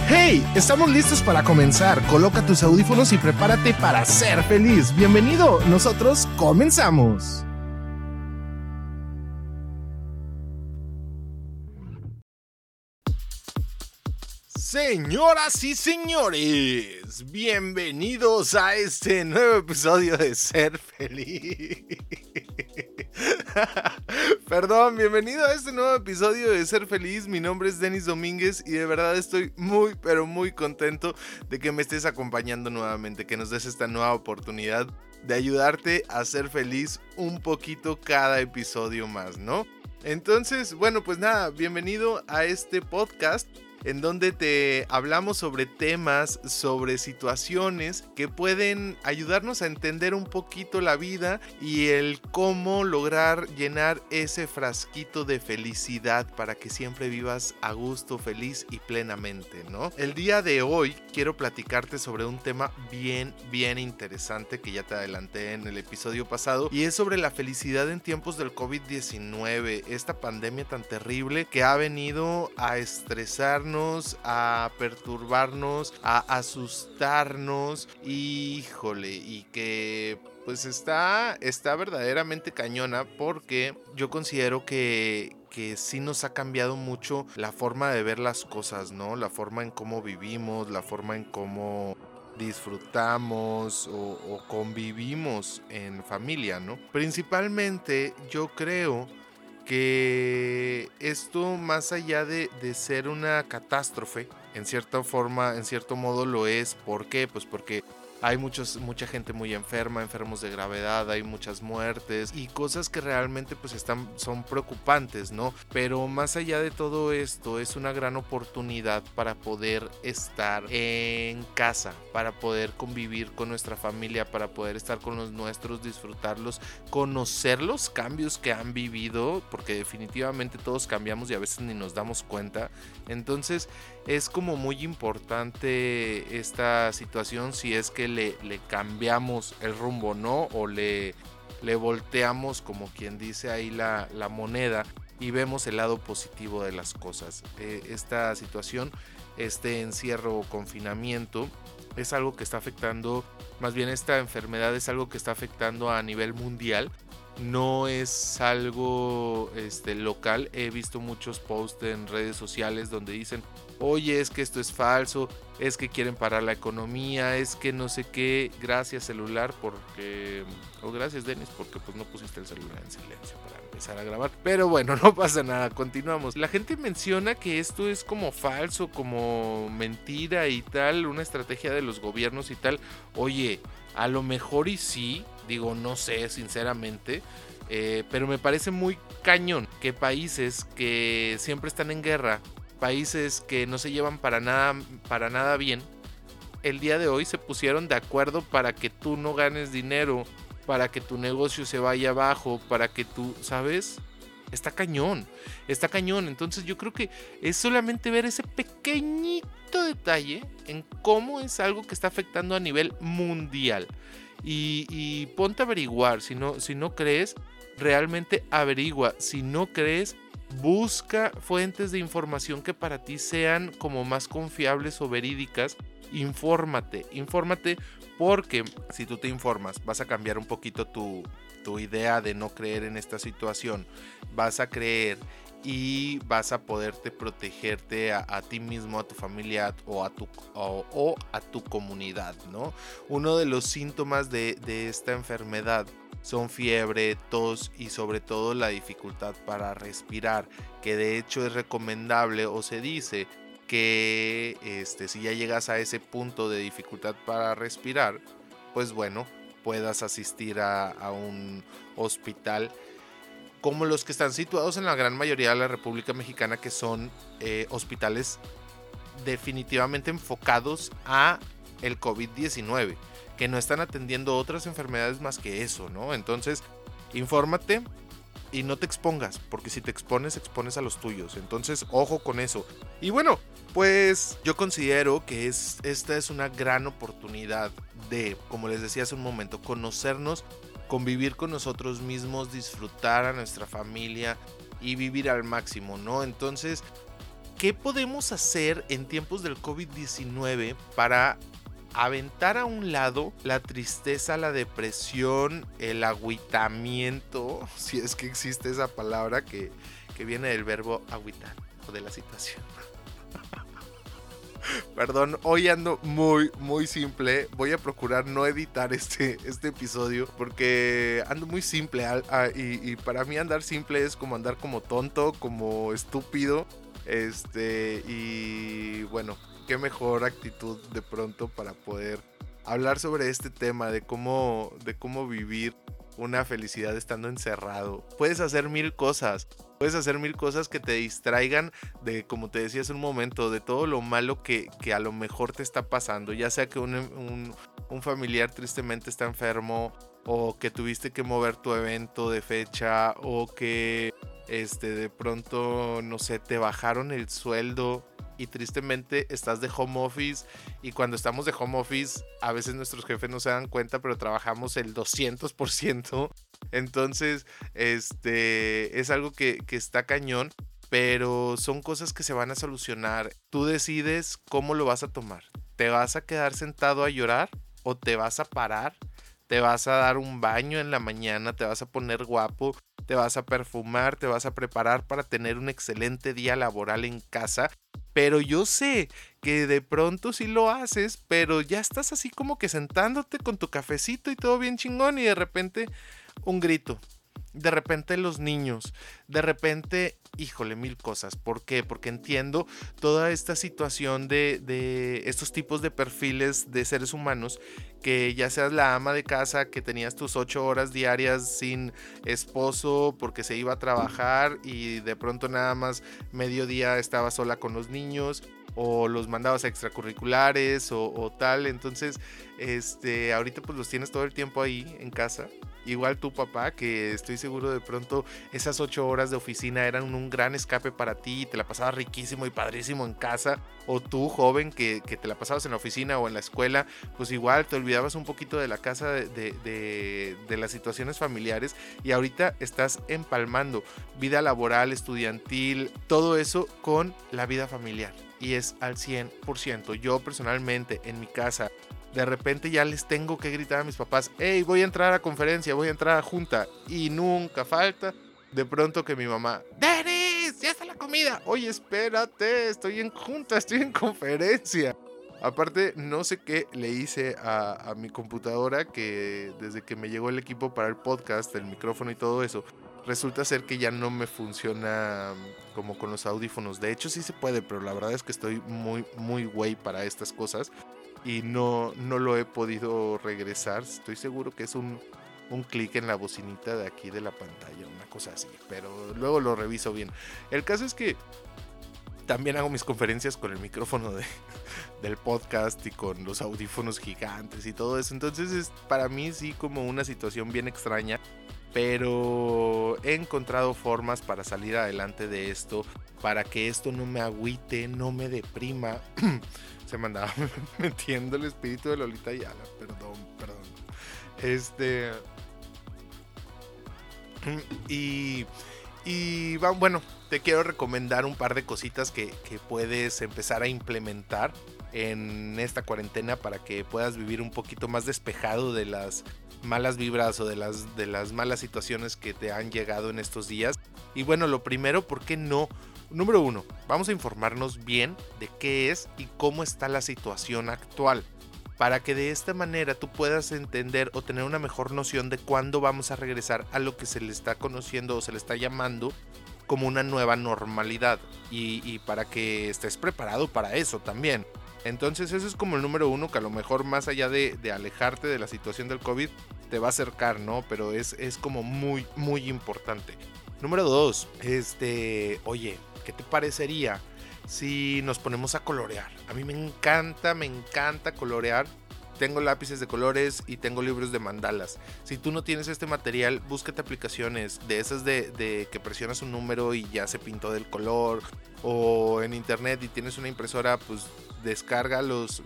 ¡Hey! Estamos listos para comenzar. Coloca tus audífonos y prepárate para ser feliz. Bienvenido. Nosotros comenzamos. Señoras y señores, bienvenidos a este nuevo episodio de Ser Feliz. Perdón, bienvenido a este nuevo episodio de Ser Feliz. Mi nombre es Denis Domínguez y de verdad estoy muy, pero muy contento de que me estés acompañando nuevamente, que nos des esta nueva oportunidad de ayudarte a ser feliz un poquito cada episodio más, ¿no? Entonces, bueno, pues nada, bienvenido a este podcast en donde te hablamos sobre temas, sobre situaciones que pueden ayudarnos a entender un poquito la vida y el cómo lograr llenar ese frasquito de felicidad para que siempre vivas a gusto, feliz y plenamente, ¿no? El día de hoy quiero platicarte sobre un tema bien interesante que ya te adelanté en el episodio pasado, y es sobre la felicidad en tiempos del COVID-19, esta pandemia tan terrible que ha venido a estresarnos, a perturbarnos, a asustarnos, híjole, y que pues está verdaderamente cañona, porque yo considero que sí nos ha cambiado mucho la forma de ver las cosas, ¿no? La forma en cómo vivimos, la forma en cómo disfrutamos o convivimos en familia, ¿no? Principalmente yo creo que esto, más allá de ser una catástrofe, en cierta forma, en cierto modo lo es. ¿Por qué? Pues porque hay mucha gente muy enferma, enfermos de gravedad, hay muchas muertes y cosas que realmente pues son preocupantes, ¿no? Pero más allá de todo esto, es una gran oportunidad para poder estar en casa, para poder convivir con nuestra familia, para poder estar con los nuestros, disfrutarlos, conocer los cambios que han vivido, porque definitivamente todos cambiamos y a veces ni nos damos cuenta. Entonces es como muy importante esta situación, si es que le cambiamos el rumbo, ¿no? O le volteamos, como quien dice ahí, la moneda, y vemos el lado positivo de las cosas. Esta situación, este encierro o confinamiento, es algo que está afectando, más bien esta enfermedad es algo que está afectando a nivel mundial. No es algo local. He visto muchos posts en redes sociales donde dicen: oye, es que esto es falso, es que quieren parar la economía, es que no sé qué. Gracias, celular, porque... o gracias, Denis, porque pues no pusiste el celular en silencio para empezar a grabar. Pero bueno, no pasa nada, continuamos. La gente menciona que esto es como falso, como mentira y tal, una estrategia de los gobiernos y tal. Oye, a lo mejor y sí, digo, no sé, sinceramente, pero me parece muy cañón que países que siempre están en guerra, países que no se llevan para nada bien, el día de hoy se pusieron de acuerdo para que tú no ganes dinero, para que tu negocio se vaya abajo, para que tú, ¿sabes? Está cañón. Entonces yo creo que es solamente ver ese pequeñito detalle en cómo es algo que está afectando a nivel mundial. Y ponte a averiguar. Si no crees, realmente averigua. Si no crees, busca fuentes de información que para ti sean como más confiables o verídicas. Infórmate, porque si tú te informas, vas a cambiar un poquito tu idea de no creer en esta situación. Vas a creer y vas a poderte protegerte a ti mismo, a tu familia o a tu comunidad, ¿no? Uno de los síntomas de esta enfermedad son fiebre, tos y sobre todo la dificultad para respirar, que de hecho es recomendable, o se dice que si ya llegas a ese punto de dificultad para respirar, pues bueno, puedas asistir a un hospital como los que están situados en la gran mayoría de la República Mexicana, que son hospitales definitivamente enfocados a el COVID-19, que no están atendiendo otras enfermedades más que eso, ¿no? Entonces, infórmate y no te expongas, porque si te expones a los tuyos. Entonces, ojo con eso. Y bueno, pues yo considero que esta es una gran oportunidad de, como les decía hace un momento, conocernos, convivir con nosotros mismos, disfrutar a nuestra familia y vivir al máximo, ¿no? Entonces, ¿qué podemos hacer en tiempos del COVID-19 para aventar a un lado la tristeza, la depresión, el agüitamiento, si es que existe esa palabra que viene del verbo agüitar o de la situación? Perdón, hoy ando muy simple. Voy a procurar no editar este episodio porque ando muy simple. Y para mí andar simple es como andar como tonto, como estúpido. Y bueno, qué mejor actitud de pronto para poder hablar sobre este tema de cómo vivir una felicidad estando encerrado. Puedes hacer mil cosas que te distraigan de, como te decía hace un momento, de todo lo malo que a lo mejor te está pasando, ya sea que un familiar tristemente está enfermo, o que tuviste que mover tu evento de fecha, o que de pronto, no sé, te bajaron el sueldo y tristemente estás de home office, y cuando estamos de home office a veces nuestros jefes no se dan cuenta, pero trabajamos el 200%. Entonces es algo que está cañón, pero son cosas que se van a solucionar. Tú decides cómo lo vas a tomar. ¿Te vas a quedar sentado a llorar o te vas a parar? ¿Te vas a dar un baño en la mañana? ¿Te vas a poner guapo? ¿Te vas a perfumar? ¿Te vas a preparar para tener un excelente día laboral en casa? Pero yo sé que de pronto sí lo haces, pero ya estás así como que sentándote con tu cafecito y todo bien chingón, y de repente un grito, de repente los niños, de repente, híjole, mil cosas. ¿Por qué? Porque entiendo toda esta situación de estos tipos de perfiles de seres humanos, que ya seas la ama de casa que tenías tus 8 horas diarias sin esposo porque se iba a trabajar y de pronto nada más mediodía estaba sola con los niños, o los mandabas a extracurriculares o tal. Entonces ahorita pues los tienes todo el tiempo ahí en casa. Igual tu papá, que estoy seguro de pronto esas 8 horas de oficina eran un gran escape para ti y te la pasabas riquísimo y padrísimo en casa. O tú, joven, que te la pasabas en la oficina o en la escuela, pues igual te olvidabas un poquito de la casa, de las situaciones familiares, y ahorita estás empalmando vida laboral, estudiantil, todo eso con la vida familiar. Y es al 100%. Yo personalmente en mi casa, de repente ya les tengo que gritar a mis papás: hey, voy a entrar a conferencia, voy a entrar a junta, y nunca falta de pronto que mi mamá: ¡Denis, ya está la comida! Oye, espérate, estoy en junta, estoy en conferencia. Aparte, no sé qué le hice a mi computadora, que desde que me llegó el equipo para el podcast, el micrófono y todo eso, resulta ser que ya no me funciona como con los audífonos. De hecho sí se puede, pero la verdad es que estoy muy güey para estas cosas y no lo he podido regresar. Estoy seguro que es un clic en la bocinita de aquí de la pantalla, una cosa así, pero luego lo reviso bien. El caso es que también hago mis conferencias con el micrófono del podcast y con los audífonos gigantes y todo eso. Entonces es para mí sí como una situación bien extraña, pero he encontrado formas para salir adelante de esto, para que esto no me agüite, no me deprima. Se me andaba metiendo el espíritu de Lolita Ayala, perdón. Bueno, te quiero recomendar un par de cositas que puedes empezar a implementar en esta cuarentena para que puedas vivir un poquito más despejado de las malas vibras o de las malas situaciones que te han llegado en estos días. Y bueno, lo primero, ¿por qué no? Número 1, vamos a informarnos bien de qué es y cómo está la situación actual, para que de esta manera tú puedas entender o tener una mejor noción de cuándo vamos a regresar a lo que se le está conociendo o se le está llamando como una nueva normalidad, y para que estés preparado para eso también. Entonces eso es como el número 1, que a lo mejor más allá de alejarte de la situación del COVID te va a acercar, ¿no? Pero es como muy importante. Número 2, oye, ¿qué te parecería si nos ponemos a colorear? A mí me encanta colorear. Tengo lápices de colores y tengo libros de mandalas. Si tú no tienes este material, búscate aplicaciones de esas de que presionas un número y ya se pintó del color. o en internet y tienes una impresora, pues descarga los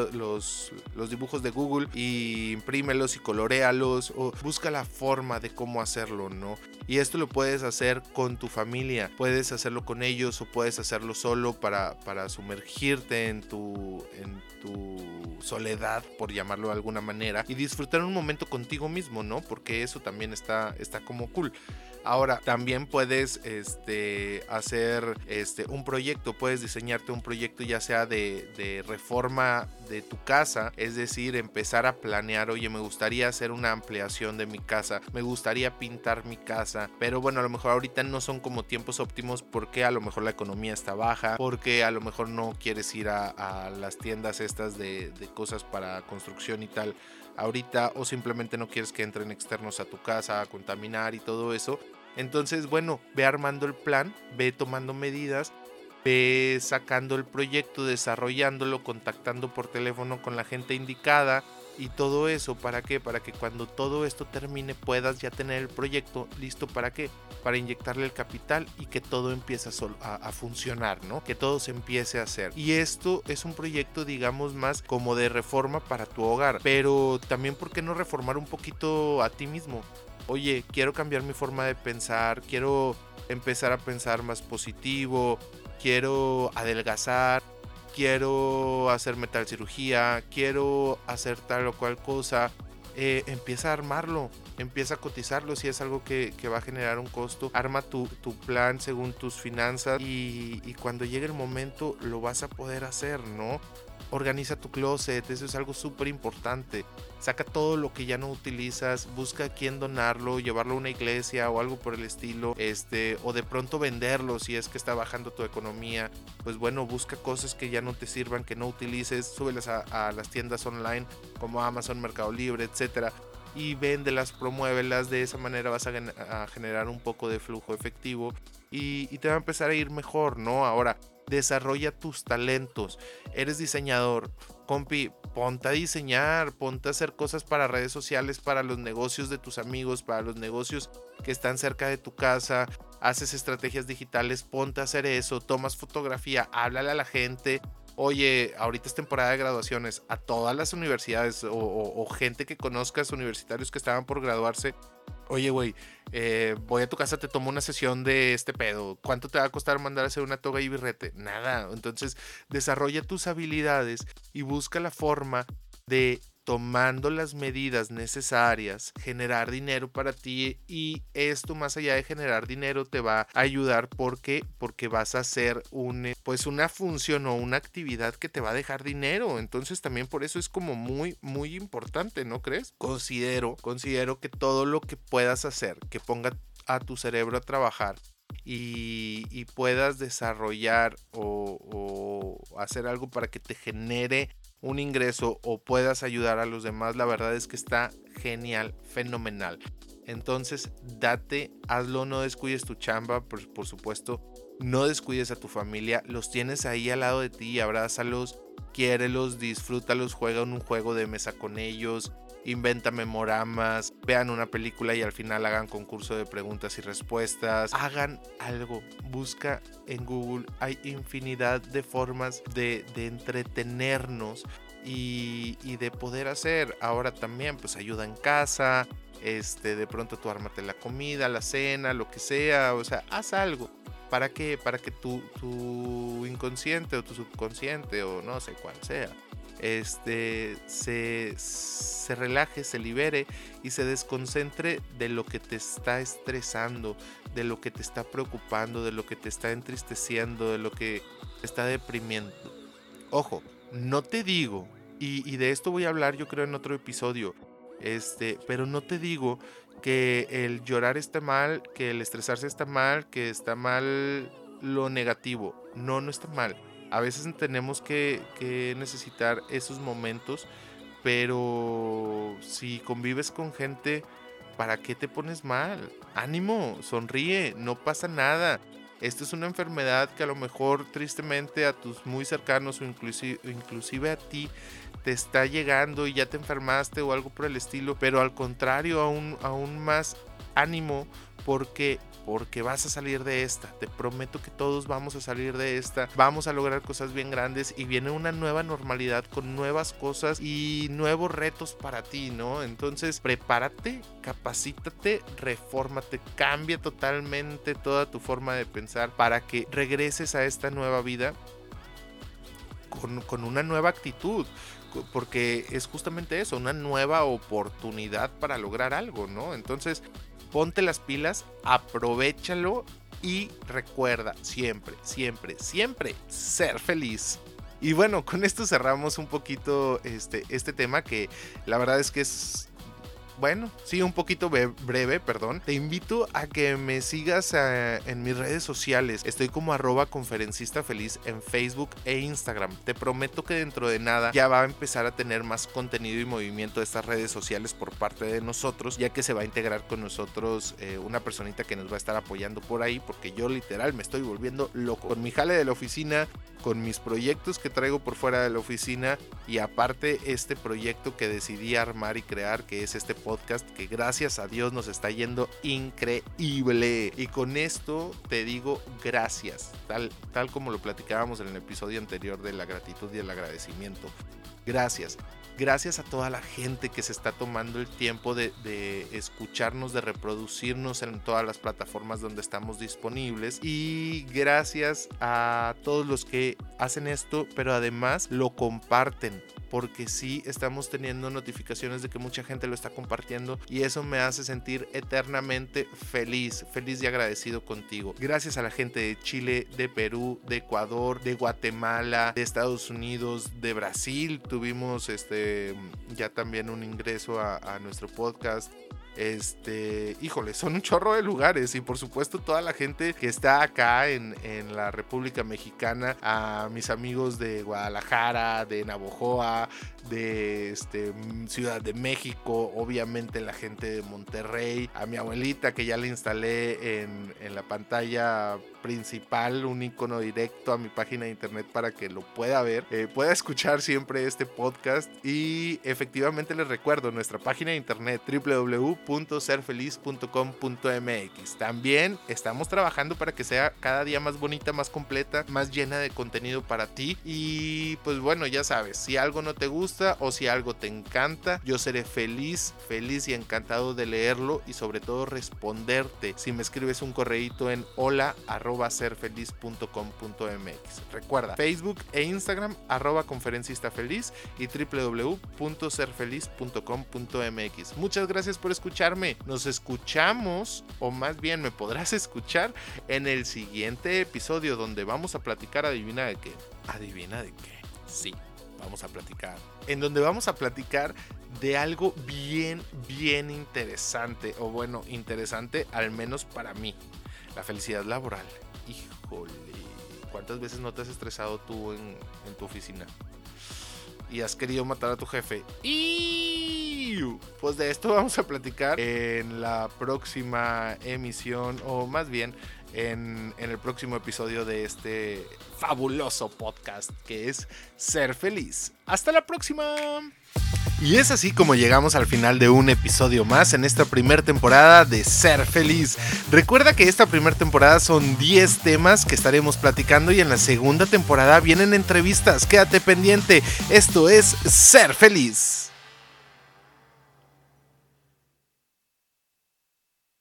dibujos de Google y imprímelos y coloréalos, o busca la forma de cómo hacerlo, ¿no? Y esto lo puedes hacer con tu familia, puedes hacerlo con ellos o puedes hacerlo solo para sumergirte en tu soledad, por llamarlo de alguna manera, y disfrutar un momento contigo mismo, ¿no? Porque eso también está como cool. Ahora, también puedes hacer un proyecto, puedes diseñarte un proyecto ya sea de reforma de tu casa, es decir, empezar a planear, oye, me gustaría hacer una ampliación de mi casa, me gustaría pintar mi casa, pero bueno, a lo mejor ahorita no son como tiempos óptimos porque a lo mejor la economía está baja, porque a lo mejor no quieres ir a las tiendas estas de cosas para construcción y tal ahorita, o simplemente no quieres que entren externos a tu casa a contaminar y todo eso. Entonces, bueno, ve armando el plan, ve tomando medidas, ve sacando el proyecto, desarrollándolo, contactando por teléfono con la gente indicada y todo eso. ¿Para qué? Para que cuando todo esto termine puedas ya tener el proyecto listo. ¿Para qué? Para inyectarle el capital y que todo empiece a funcionar, ¿no? Que todo se empiece a hacer. Y esto es un proyecto, digamos, más como de reforma para tu hogar. Pero también, ¿por qué no reformar un poquito a ti mismo? Oye, quiero cambiar mi forma de pensar, quiero empezar a pensar más positivo, quiero adelgazar, quiero hacerme tal cirugía, quiero hacer tal o cual cosa. Empieza a armarlo, empieza a cotizarlo si es algo que va a generar un costo. Arma tu plan según tus finanzas y cuando llegue el momento lo vas a poder hacer, ¿no? Organiza tu closet, eso es algo súper importante. Saca todo lo que ya no utilizas, busca a quién donarlo, llevarlo a una iglesia o algo por el estilo, o de pronto venderlo si es que está bajando tu economía. Pues bueno, busca cosas que ya no te sirvan, que no utilices, súbelas a las tiendas online como Amazon, Mercado Libre, etcétera, y véndelas, promuévelas. De esa manera vas a generar un poco de flujo efectivo y te va a empezar a ir mejor, ¿no? Ahora, desarrolla tus talentos. Eres diseñador, compi, ponte a diseñar, ponte a hacer cosas para redes sociales, para los negocios de tus amigos, para los negocios que están cerca de tu casa. Haces estrategias digitales, ponte a hacer eso, tomas fotografía, háblale a la gente. Oye, ahorita es temporada de graduaciones, a todas las universidades o gente que conozcas, universitarios que estaban por graduarse. Oye, güey, voy a tu casa, te tomo una sesión de este pedo. ¿Cuánto te va a costar mandar a hacer una toga y birrete? Nada. Entonces, desarrolla tus habilidades y busca la forma de, tomando las medidas necesarias, generar dinero para ti. Y esto, más allá de generar dinero, te va a ayudar porque vas a hacer una función o una actividad que te va a dejar dinero. Entonces también por eso es como muy muy importante, ¿no crees? Considero que todo lo que puedas hacer que ponga a tu cerebro a trabajar y puedas desarrollar o hacer algo para que te genere un ingreso o puedas ayudar a los demás, la verdad es que está genial, fenomenal. Entonces date, hazlo, no descuides tu chamba, por supuesto, no descuides a tu familia, los tienes ahí al lado de ti, abrázalos, quiérelos, disfrútalos, juega un juego de mesa con ellos, inventa memoramas, vean una película y al final hagan concurso de preguntas y respuestas, hagan algo, busca en Google, hay infinidad de formas de entretenernos y de poder hacer. Ahora también pues ayuda en casa, de pronto tú ármate la comida, la cena, lo que sea, o sea, haz algo. ¿Para qué? Para que tu inconsciente o tu subconsciente o no sé cuál sea, se relaje, se libere y se desconcentre de lo que te está estresando, de lo que te está preocupando, de lo que te está entristeciendo, de lo que te está deprimiendo. Ojo, no te digo, y de esto voy a hablar yo creo en otro episodio, pero no te digo que el llorar está mal, que el estresarse está mal, que está mal lo negativo. No está mal. A veces tenemos que necesitar esos momentos, pero si convives con gente, ¿para qué te pones mal? Ánimo, sonríe, no pasa nada. Esto es una enfermedad que a lo mejor tristemente a tus muy cercanos o inclusive a ti te está llegando y ya te enfermaste o algo por el estilo, pero al contrario, aún más ánimo, porque porque vas a salir de esta. Te prometo que todos vamos a salir de esta. Vamos a lograr cosas bien grandes y viene una nueva normalidad con nuevas cosas y nuevos retos para ti, ¿no? Entonces, prepárate, capacítate, refórmate, cambia totalmente toda tu forma de pensar para que regreses a esta nueva vida con una nueva actitud, porque es justamente eso, una nueva oportunidad para lograr algo, ¿no? Entonces, ponte las pilas, aprovéchalo y recuerda siempre, siempre, siempre ser feliz. Y bueno, con esto cerramos un poquito este tema, que la verdad es que es, bueno, sí, un poquito breve, perdón. Te invito a que me sigas en mis redes sociales. Estoy como @conferencistafeliz en Facebook e Instagram. Te prometo que dentro de nada ya va a empezar a tener más contenido y movimiento de estas redes sociales por parte de nosotros, ya que se va a integrar con nosotros una personita que nos va a estar apoyando por ahí, porque yo literal me estoy volviendo loco con mi jale de la oficina, con mis proyectos que traigo por fuera de la oficina, y aparte este proyecto que decidí armar y crear, que es este podcast, que gracias a Dios nos está yendo increíble. Y con esto te digo gracias, tal como lo platicábamos en el episodio anterior de la gratitud y el agradecimiento. Gracias. Gracias a toda la gente que se está tomando el tiempo de escucharnos, de reproducirnos en todas las plataformas donde estamos disponibles. Y gracias a todos los que hacen esto, pero además lo comparten, porque sí estamos teniendo notificaciones de que mucha gente lo está compartiendo y eso me hace sentir eternamente feliz y agradecido contigo. Gracias a la gente de Chile, de Perú, de Ecuador, de Guatemala, de Estados Unidos, de Brasil. Tuvimos ya también un ingreso a nuestro podcast. Híjole, son un chorro de lugares, y por supuesto toda la gente que está acá en la República Mexicana, a mis amigos de Guadalajara, de Navojoa, de Ciudad de México, obviamente la gente de Monterrey, a mi abuelita que ya le instalé en la pantalla principal un icono directo a mi página de internet para que lo pueda ver, pueda escuchar siempre este podcast. Y efectivamente les recuerdo nuestra página de internet www.serfeliz.com.mx. También estamos trabajando para que sea cada día más bonita, más completa, más llena de contenido para ti. Y pues bueno, ya sabes, si algo no te gusta o si algo te encanta, yo seré feliz y encantado de leerlo y sobre todo responderte si me escribes un correíto en hola@serfeliz.com.mx. Recuerda, Facebook e Instagram @conferencistafeliz y www.serfeliz.com.mx. Muchas gracias por escucharme. Nos escuchamos, o más bien me podrás escuchar en el siguiente episodio, donde vamos a platicar, adivina de qué. Sí, vamos a platicar. En donde vamos a platicar de algo bien interesante, o bueno, interesante al menos para mí: la felicidad laboral. Híjole, ¿cuántas veces no te has estresado tú en tu oficina y has querido matar a tu jefe? Y pues de esto vamos a platicar en la próxima emisión, o más bien en el próximo episodio de este fabuloso podcast que es Ser Feliz. ¡Hasta la próxima! Y es así como llegamos al final de un episodio más en esta primera temporada de Ser Feliz. Recuerda que esta primera temporada son 10 temas que estaremos platicando, y en la segunda temporada vienen entrevistas. Quédate pendiente. Esto es Ser Feliz.